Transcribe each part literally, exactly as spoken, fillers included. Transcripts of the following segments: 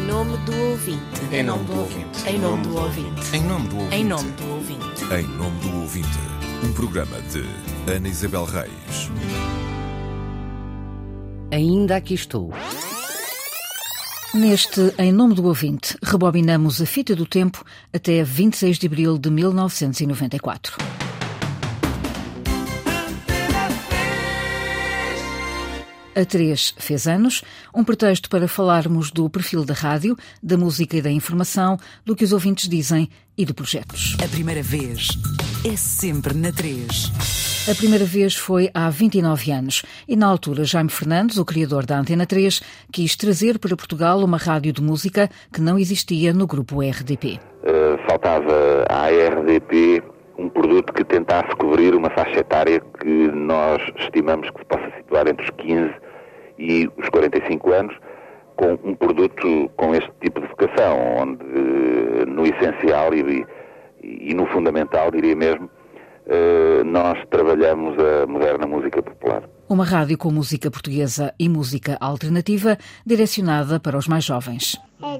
nome do ouvinte. Em nome do ouvinte. Em nome do ouvinte. Em nome do ouvinte. Em nome do ouvinte. Em nome do ouvinte. Um programa de Ana Isabel Reis. Ainda aqui estou. Neste Em Nome do Ouvinte, rebobinamos a fita do tempo até vinte e seis de abril de mil novecentos e noventa e quatro. A três fez anos, um pretexto para falarmos do perfil da rádio, da música e da informação, do que os ouvintes dizem e de projetos. A primeira vez é sempre na três. A primeira vez foi há vinte e nove anos e, na altura, Jaime Fernandes, o criador da Antena três, quis trazer para Portugal uma rádio de música que não existia no grupo R D P. Uh, faltava à R D P um produto que tentasse cobrir uma faixa etária que nós estimamos que se possa situar entre os quinze e os quarenta e cinco anos, com um produto com este tipo de vocação, onde no essencial e, e no fundamental, diria mesmo, nós trabalhamos a moderna música popular. Uma rádio com música portuguesa e música alternativa, direcionada para os mais jovens.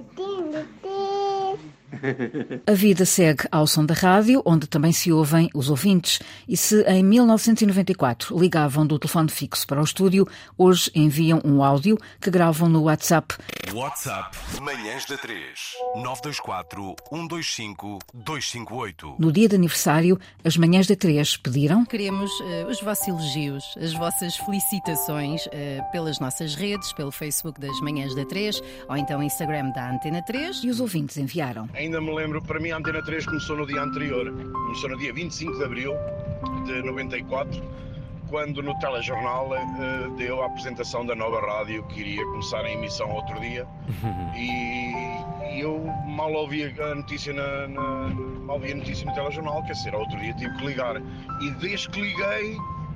A vida segue ao som da rádio, onde também se ouvem os ouvintes. E se em mil novecentos e noventa e quatro ligavam do telefone fixo para o estúdio, hoje enviam um áudio que gravam no WhatsApp. WhatsApp Manhãs da três nove dois quatro, um dois cinco, dois cinco oito. No dia de aniversário, as Manhãs da três pediram: Queremos uh, os vossos elogios, as vossas felicitações uh, pelas nossas redes, pelo Facebook das Manhãs da três ou então Instagram da Antena três. E os ouvintes enviaram. Ainda me lembro, para mim a Antena três começou no dia anterior, começou no dia vinte e cinco de abril de noventa e quatro, quando no telejornal uh, deu a apresentação da nova rádio que iria começar a emissão outro dia. e, e eu mal ouvi a notícia na, na, mal ouvi a notícia no telejornal, quer dizer, outro dia tive que ligar. E desde que liguei,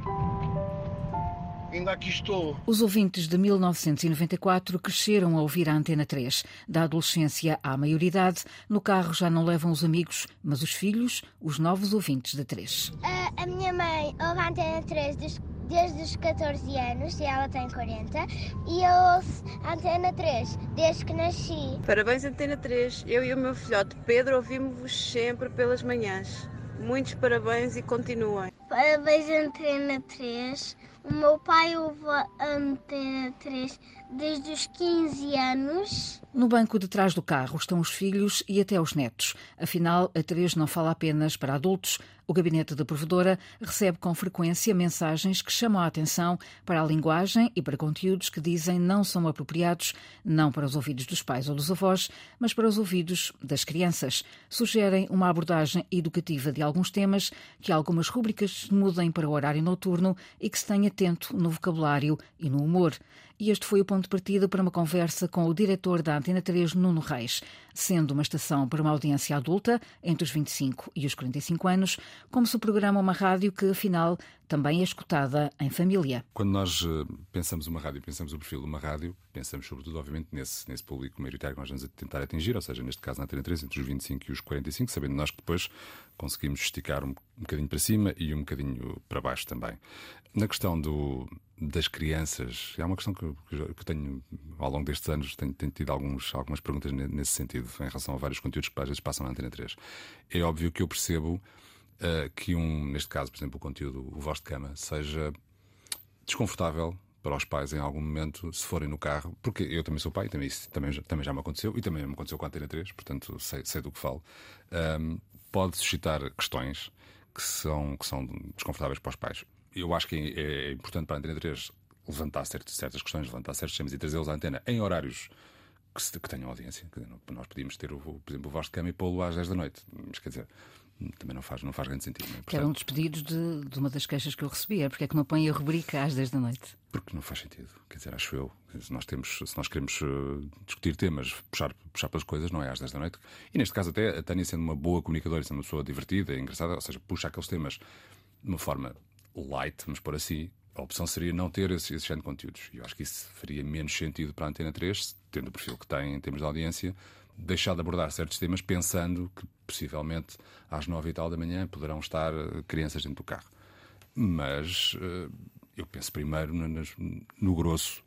ainda aqui estou. Os ouvintes de mil novecentos e noventa e quatro cresceram a ouvir a Antena três. Da adolescência à maioridade, no carro já não levam os amigos, mas os filhos, os novos ouvintes da três. A, a minha mãe ouve a Antena três desde, desde os catorze anos, e ela tem quarenta, e eu ouço a Antena três desde que nasci. Parabéns, Antena três. Eu e o meu filhote Pedro ouvimos-vos sempre pelas manhãs. Muitos parabéns e continuem. Parabéns, Antena três. O meu pai ouve a Antena três desde os quinze anos. No banco de trás do carro estão os filhos e até os netos. Afinal, a três não fala apenas para adultos. O gabinete da provedora recebe com frequência mensagens que chamam a atenção para a linguagem e para conteúdos que dizem não são apropriados, não para os ouvidos dos pais ou dos avós, mas para os ouvidos das crianças. Sugerem uma abordagem educativa de alguns temas, que algumas rúbricas mudem para o horário noturno e que se tenha atento no vocabulário e no humor. E este foi o ponto de partida para uma conversa com o diretor da Antena três, Nuno Reis. Sendo uma estação para uma audiência adulta, entre os vinte e cinco e os quarenta e cinco anos, como se programa uma rádio que, afinal, também é escutada em família. Quando nós pensamos uma rádio, pensamos o perfil de uma rádio, pensamos sobretudo, obviamente, nesse, nesse público maioritário que nós vamos tentar atingir, ou seja, neste caso na Antena três, entre os vinte e cinco e os quarenta e cinco, sabendo nós que depois conseguimos esticar um, um bocadinho para cima e um bocadinho para baixo também. Na questão do, das crianças, é uma questão que, que tenho, ao longo destes anos, tenho, tenho tido alguns, algumas perguntas nesse sentido, em relação a vários conteúdos que às vezes passam na Antena três. É óbvio que eu percebo uh, que, um, neste caso, por exemplo, o conteúdo, o Voz de Cama, seja desconfortável para os pais em algum momento, se forem no carro, porque eu também sou pai, também, isso também, também já me aconteceu, e também me aconteceu com a Antena três, portanto sei, sei do que falo. Um, pode suscitar questões que são, que são desconfortáveis para os pais. Eu acho que é importante para a Antena três levantar certas, certas questões, levantar certos temas e trazê-los à antena em horários que, se, que tenham audiência. Nós podíamos ter, o, por exemplo, o Voz de Cama e pô-lo às dez da noite, mas quer dizer, também não faz, não faz grande sentido. Não é? Portanto, eram despedidos de, de uma das queixas que eu recebia. Porque é que não põe a rubrica às dez da noite? Porque não faz sentido, quer dizer, acho eu. Se nós, temos, se nós queremos uh, discutir temas, puxar, puxar pelas coisas, não é às dez da noite. E neste caso até a Tânia, sendo uma boa comunicadora, sendo uma pessoa divertida, engraçada, ou seja, puxa aqueles temas de uma forma light, vamos pôr assim, a opção seria não ter esse, esse género de conteúdos. E eu acho que isso faria menos sentido para a Antena três, tendo o perfil que tem em termos de audiência, deixar de abordar certos temas pensando que possivelmente às nove e tal da manhã poderão estar crianças dentro do carro. Mas uh, eu penso primeiro no, no grosso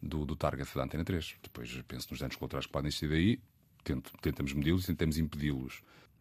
do, do target da Antena três. Depois penso nos danos colaterais que podem existir daí, tento, tentamos medi-los e tentamos impedi-los.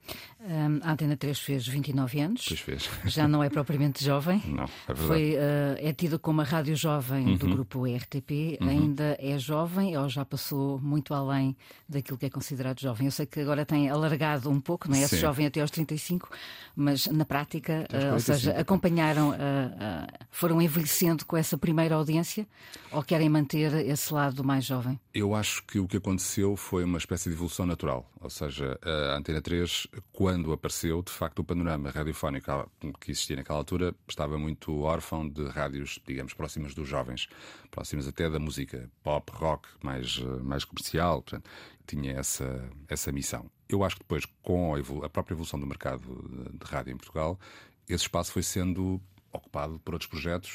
Um, a Antena três fez vinte e nove anos. Pois fez. Já não é propriamente jovem. Não, é verdade. Foi, uh, é tida como a rádio jovem uhum. do grupo R T P. Uhum. Ainda é jovem ou já passou muito além daquilo que é considerado jovem? Eu sei que agora tem alargado um pouco, não é? Esse jovem até aos trinta e cinco, mas na prática, uh, ou seja, acompanharam, uh, uh, foram envelhecendo com essa primeira audiência ou querem manter esse lado mais jovem? Eu acho que o que aconteceu foi uma espécie de evolução natural. Ou seja, a Antena três, quando apareceu, de facto, o panorama radiofónico que existia naquela altura estava muito órfão de rádios, digamos, próximas dos jovens, próximas até da música pop, rock, mais, mais comercial. Portanto, tinha essa, essa missão. Eu acho que depois, com a, a própria evolução do mercado de rádio em Portugal, esse espaço foi sendo ocupado por outros projetos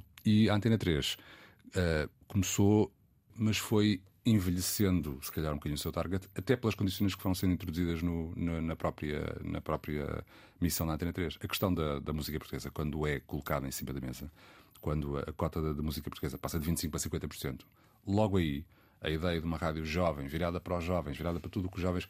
e a Antena três uh, começou, mas foi envelhecendo, se calhar, um bocadinho o seu target, até pelas condições que foram sendo introduzidas no, na, na, própria, na própria missão da Antena três. A questão da, da música portuguesa, quando é colocada em cima da mesa, quando a cota da, da música portuguesa passa de vinte e cinco por cento para cinquenta por cento, logo aí, a ideia de uma rádio jovem, virada para os jovens, virada para tudo o que os jovens,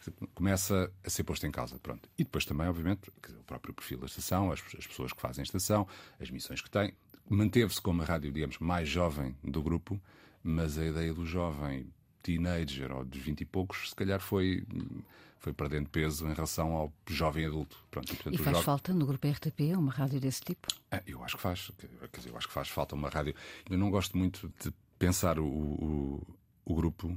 começa a ser posto em causa. Pronto. E depois também, obviamente, o próprio perfil da estação, as, as pessoas que fazem a estação, as missões que têm. Manteve-se como a rádio, digamos, mais jovem do grupo, mas a ideia do jovem teenager ou de vinte e poucos, se calhar foi, foi perdendo peso em relação ao jovem adulto. Pronto, e, portanto, e faz jovem... falta no grupo R T P uma rádio desse tipo? Ah, eu acho que faz. Quer dizer, eu acho que faz falta uma rádio. Eu não gosto muito de pensar o, o, o grupo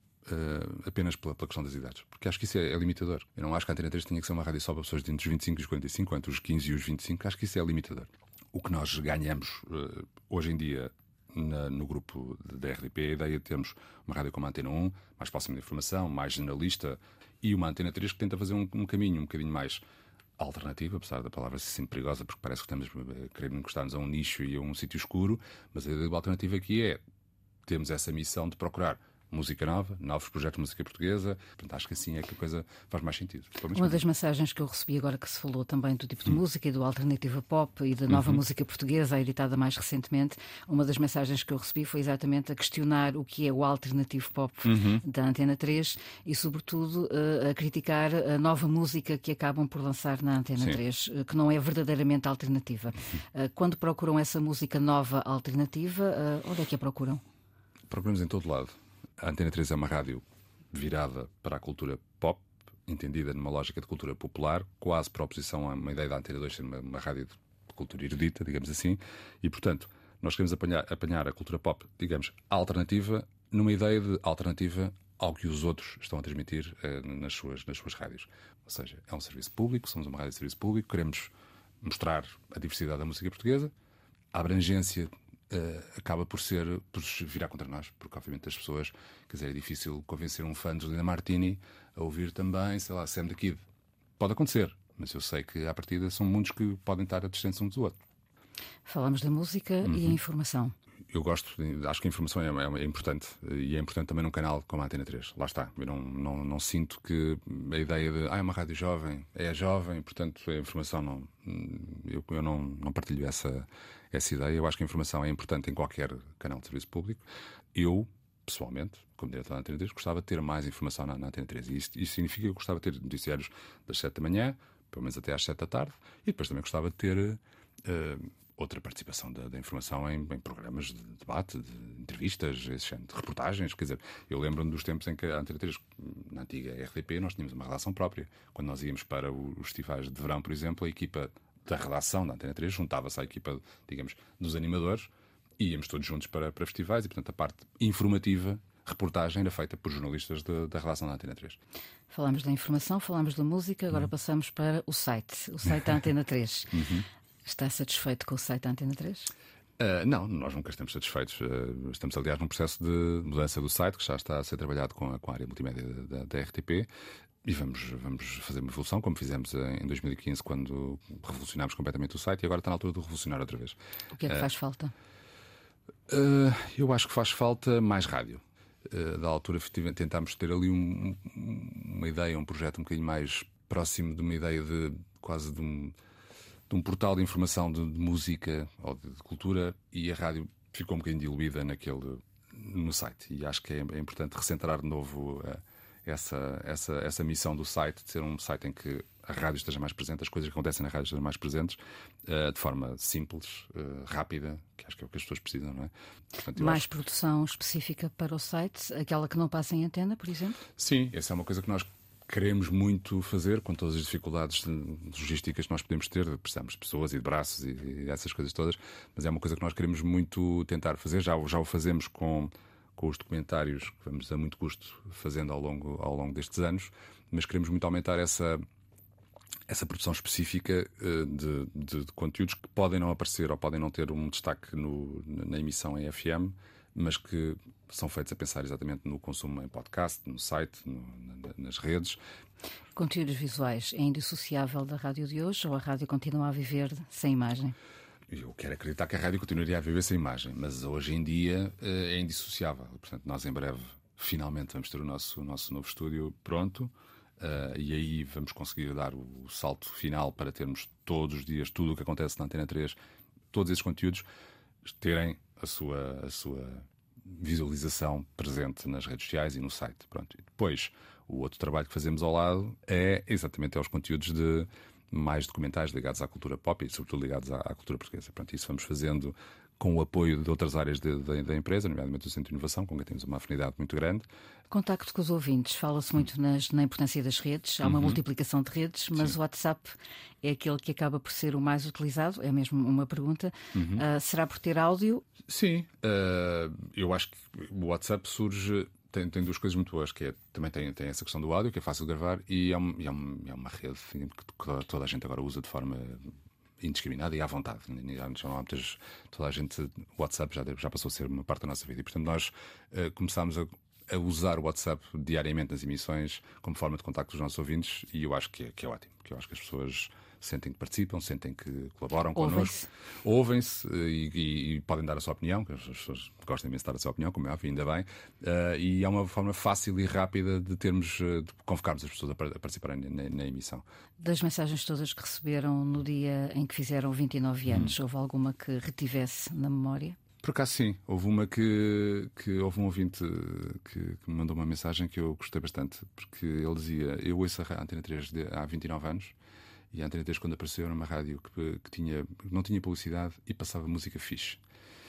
uh, apenas pela, pela questão das idades, porque acho que isso é, é limitador. Eu não acho que a Antena três tinha que ser uma rádio só para pessoas entre os vinte e cinco e os quarenta e cinco, entre os quinze e os vinte e cinco. Acho que isso é limitador. O que nós ganhamos uh, hoje em dia na, no grupo da R T P é a ideia de termos uma rádio como a Antena um, mais próxima da informação, mais generalista, e uma Antena três que tenta fazer um, um caminho um bocadinho mais alternativo, apesar da palavra ser sempre perigosa, porque parece que estamos a querer encostar-nos a um nicho e a um sítio escuro, mas a ideia da alternativa aqui é, temos essa missão de procurar música nova, novos projetos de música portuguesa. Portanto, acho que assim é que a coisa faz mais sentido. Uma das mensagens que eu recebi agora que se falou também do tipo de hum. música e do alternativa pop e da nova uhum. música portuguesa, editada mais recentemente, uma das mensagens que eu recebi foi exatamente a questionar o que é o alternativo pop uhum. da Antena três e, sobretudo, a criticar a nova música que acabam por lançar na Antena Sim. três, que não é verdadeiramente alternativa. Uhum. Quando procuram essa música nova alternativa, onde é que a procuram? Procuramos em todo lado. A Antena três é uma rádio virada para a cultura pop, entendida numa lógica de cultura popular, quase para a oposição a uma ideia da Antena dois ser uma, uma rádio de cultura erudita, digamos assim, e, portanto, nós queremos apanhar, apanhar a cultura pop, digamos, alternativa, numa ideia de alternativa ao que os outros estão a transmitir eh, nas, suas, nas suas rádios. Ou seja, é um serviço público, somos uma rádio de serviço público, queremos mostrar a diversidade da música portuguesa, a abrangência Uh, acaba por ser por virar contra nós, porque obviamente as pessoas, quer dizer, é difícil convencer um fã de Juliana Martini a ouvir também, sei lá, Sam the Kid. Pode acontecer, mas eu sei que à partida são mundos que podem estar a distância uns do outro. Falamos da música uhum. e a informação. Eu gosto, acho que a informação é, é, é importante, e é importante também num canal como a Antena três. Lá está. Eu não, não, não sinto que a ideia de ah, é uma rádio jovem, é jovem, portanto a informação não. Eu, eu não, não partilho essa, essa ideia. Eu acho que a informação é importante em qualquer canal de serviço público. Eu, pessoalmente, como diretor da Antena três, gostava de ter mais informação na, na Antena três. E isso, isso significa que eu gostava de ter noticiários das sete da manhã, pelo menos até às sete da tarde, e depois também gostava de ter. Uh, outra participação da, da informação em, em programas de debate, de entrevistas, de reportagens. Quer dizer, eu lembro-me dos tempos em que a Antena três, na antiga R T P, nós tínhamos uma redação própria. Quando nós íamos para os festivais de verão, por exemplo, a equipa da redação da Antena três juntava-se à equipa, digamos, dos animadores e íamos todos juntos para, para festivais e, portanto, a parte informativa, reportagem, era feita por jornalistas de, da redação da Antena três. Falamos da informação, falamos da música, agora uhum. passamos para o site, o site da Antena três. Uhum. Está satisfeito com o site da Antena três? Uh, não, nós nunca estamos satisfeitos. Uh, estamos, aliás, num processo de mudança do site que já está a ser trabalhado com a, com a área multimédia da, da R T P e vamos, vamos fazer uma evolução, como fizemos em dois mil e quinze, quando revolucionámos completamente o site, e agora está na altura de revolucionar outra vez. O que é que uh, faz falta? Uh, eu acho que faz falta mais rádio. Uh, da altura tentámos ter ali um, uma ideia, um projeto um bocadinho mais próximo de uma ideia de quase de um. de um portal de informação de, de música ou de, de cultura, e a rádio ficou um bocadinho diluída naquele, no site. E acho que é, é importante recentrar de novo uh, essa, essa, essa missão do site, de ser um site em que a rádio esteja mais presente, as coisas que acontecem na rádio estejam mais presentes, uh, de forma simples, uh, rápida, que acho que é o que as pessoas precisam, não é? Portanto, mais acho... produção específica para o site, aquela que não passa em antena, por exemplo? Sim, essa é uma coisa que nós queremos muito fazer, com todas as dificuldades logísticas que nós podemos ter, precisamos de pessoas e de braços e, e essas coisas todas, mas é uma coisa que nós queremos muito tentar fazer, já, já o fazemos com, com os documentários que vamos a muito custo fazendo ao longo, ao longo destes anos, mas queremos muito aumentar essa, essa produção específica uh, de, de, de conteúdos que podem não aparecer ou podem não ter um destaque no, na emissão em F M, mas que são feitos a pensar exatamente no consumo em podcast, no site, no, na, nas redes. Conteúdos visuais é indissociável da rádio de hoje ou a rádio continua a viver sem imagem? Eu quero acreditar que a rádio continuaria a viver sem imagem, mas hoje em dia é indissociável. Portanto, nós em breve, finalmente, vamos ter o nosso, o nosso novo estúdio pronto. Uh, e aí vamos conseguir dar o, o salto final para termos todos os dias tudo o que acontece na Antena três, todos esses conteúdos terem a sua, a sua visualização presente nas redes sociais e no site. Pronto. E depois, o outro trabalho que fazemos ao lado é exatamente aos conteúdos de mais documentais ligados à cultura pop e sobretudo ligados à, à cultura portuguesa. Pronto, isso vamos fazendo com o apoio de outras áreas de, de, da empresa, nomeadamente o Centro de Inovação, com quem temos uma afinidade muito grande. Contacto com os ouvintes. Fala-se muito nas, na importância das redes. Há uma uhum. multiplicação de redes, mas Sim. o WhatsApp é aquele que acaba por ser o mais utilizado. É mesmo uma pergunta. Uhum. Uh, será por ter áudio? Sim. Uh, eu acho que o WhatsApp surge... Tem, tem duas coisas muito boas, que é, também tem, tem essa questão do áudio, que é fácil de gravar, e é, um, é, um, é uma rede que toda a gente agora usa de forma indiscriminada e à vontade. Já não há muitas, toda a gente, o WhatsApp já, já passou a ser uma parte da nossa vida. E, portanto, nós uh, começámos a, a usar o WhatsApp diariamente nas emissões como forma de contacto dos nossos ouvintes, e eu acho que é, que é ótimo, que eu acho que as pessoas sentem que participam, sentem que colaboram connosco, ouvem-se e, e, e podem dar a sua opinião, que as pessoas gostam imenso de dar a sua opinião, como é óbvio, ainda bem, uh, e é uma forma fácil e rápida de termos, de convocarmos as pessoas a, a participarem na, na emissão. Das mensagens todas que receberam no dia em que fizeram vinte e nove anos, hum. houve alguma que retivesse na memória? Por acaso sim, houve uma que, que houve um ouvinte que, que me mandou uma mensagem que eu gostei bastante, porque ele dizia, eu ouço a Antena três de, há vinte e nove anos, e a Antena três, quando apareceu, era uma rádio que, que tinha, não tinha publicidade e passava música fixe.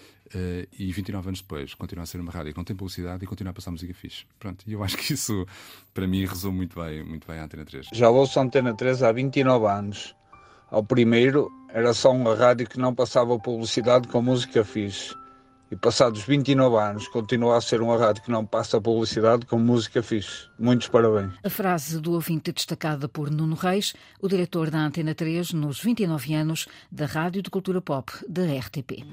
Uh, e vinte e nove anos depois, continua a ser uma rádio que não tem publicidade e continua a passar música fixe. Pronto, e eu acho que isso, para mim, resume muito bem, muito bem a Antena três. Já ouço a Antena três há vinte e nove anos. Ao primeiro, era só uma rádio que não passava publicidade com música fixe. E passados vinte e nove anos, continua a ser uma rádio que não passa publicidade com música fixe. Muitos parabéns. A frase do ouvinte destacada por Nuno Reis, o diretor da Antena três nos vinte e nove anos da Rádio de Cultura Pop da R T P.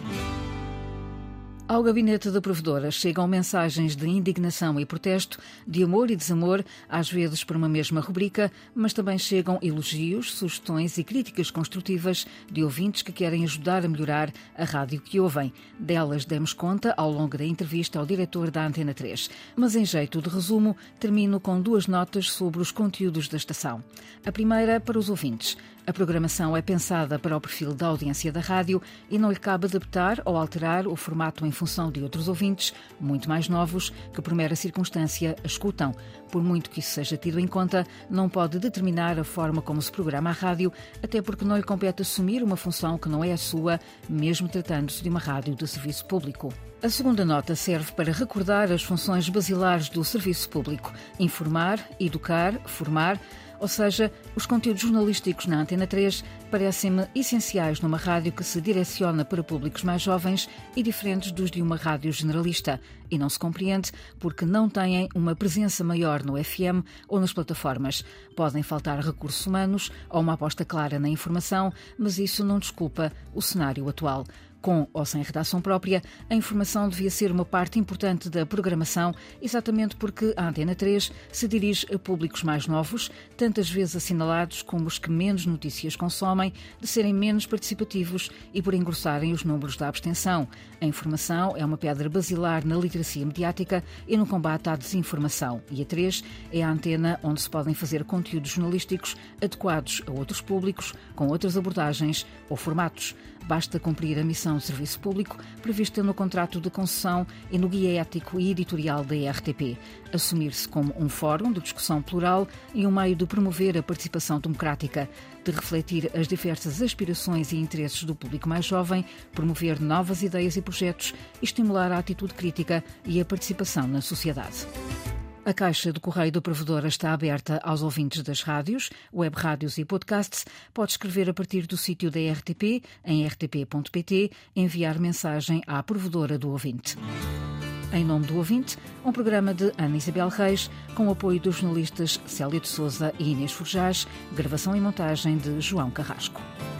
Ao gabinete da provedora chegam mensagens de indignação e protesto, de amor e desamor, às vezes por uma mesma rubrica, mas também chegam elogios, sugestões e críticas construtivas de ouvintes que querem ajudar a melhorar a rádio que ouvem. Delas demos conta ao longo da entrevista ao diretor da Antena três. Mas em jeito de resumo, termino com duas notas sobre os conteúdos da estação. A primeira para os ouvintes. A programação é pensada para o perfil da audiência da rádio e não lhe cabe adaptar ou alterar o formato em função de outros ouvintes, muito mais novos, que por mera circunstância a escutam. Por muito que isso seja tido em conta, não pode determinar a forma como se programa a rádio, até porque não lhe compete assumir uma função que não é a sua, mesmo tratando-se de uma rádio de serviço público. A segunda nota serve para recordar as funções basilares do serviço público: informar, educar, formar. Ou seja, os conteúdos jornalísticos na Antena três parecem-me essenciais numa rádio que se direciona para públicos mais jovens e diferentes dos de uma rádio generalista. E não se compreende porque não têm uma presença maior no F M ou nas plataformas. Podem faltar recursos humanos ou uma aposta clara na informação, mas isso não desculpa o cenário atual. Com ou sem redação própria, a informação devia ser uma parte importante da programação, exatamente porque a Antena três se dirige a públicos mais novos, tantas vezes assinalados como os que menos notícias consomem, de serem menos participativos e por engrossarem os números da abstenção. A informação é uma pedra basilar na literacia mediática e no combate à desinformação. E a três é a antena onde se podem fazer conteúdos jornalísticos adequados a outros públicos, com outras abordagens ou formatos. Basta cumprir a missão prestação de serviço público prevista no contrato de concessão e no guia ético e editorial da R T P. Assumir-se como um fórum de discussão plural e um meio de promover a participação democrática, de refletir as diversas aspirações e interesses do público mais jovem, promover novas ideias e projetos e estimular a atitude crítica e a participação na sociedade. A caixa de correio da provedora está aberta aos ouvintes das rádios, web rádios e podcasts. Pode escrever a partir do sítio da R T P, em r t p ponto p t, enviar mensagem à provedora do ouvinte. Em Nome do Ouvinte, um programa de Ana Isabel Reis, com o apoio dos jornalistas Célia de Souza e Inês Forjás, gravação e montagem de João Carrasco.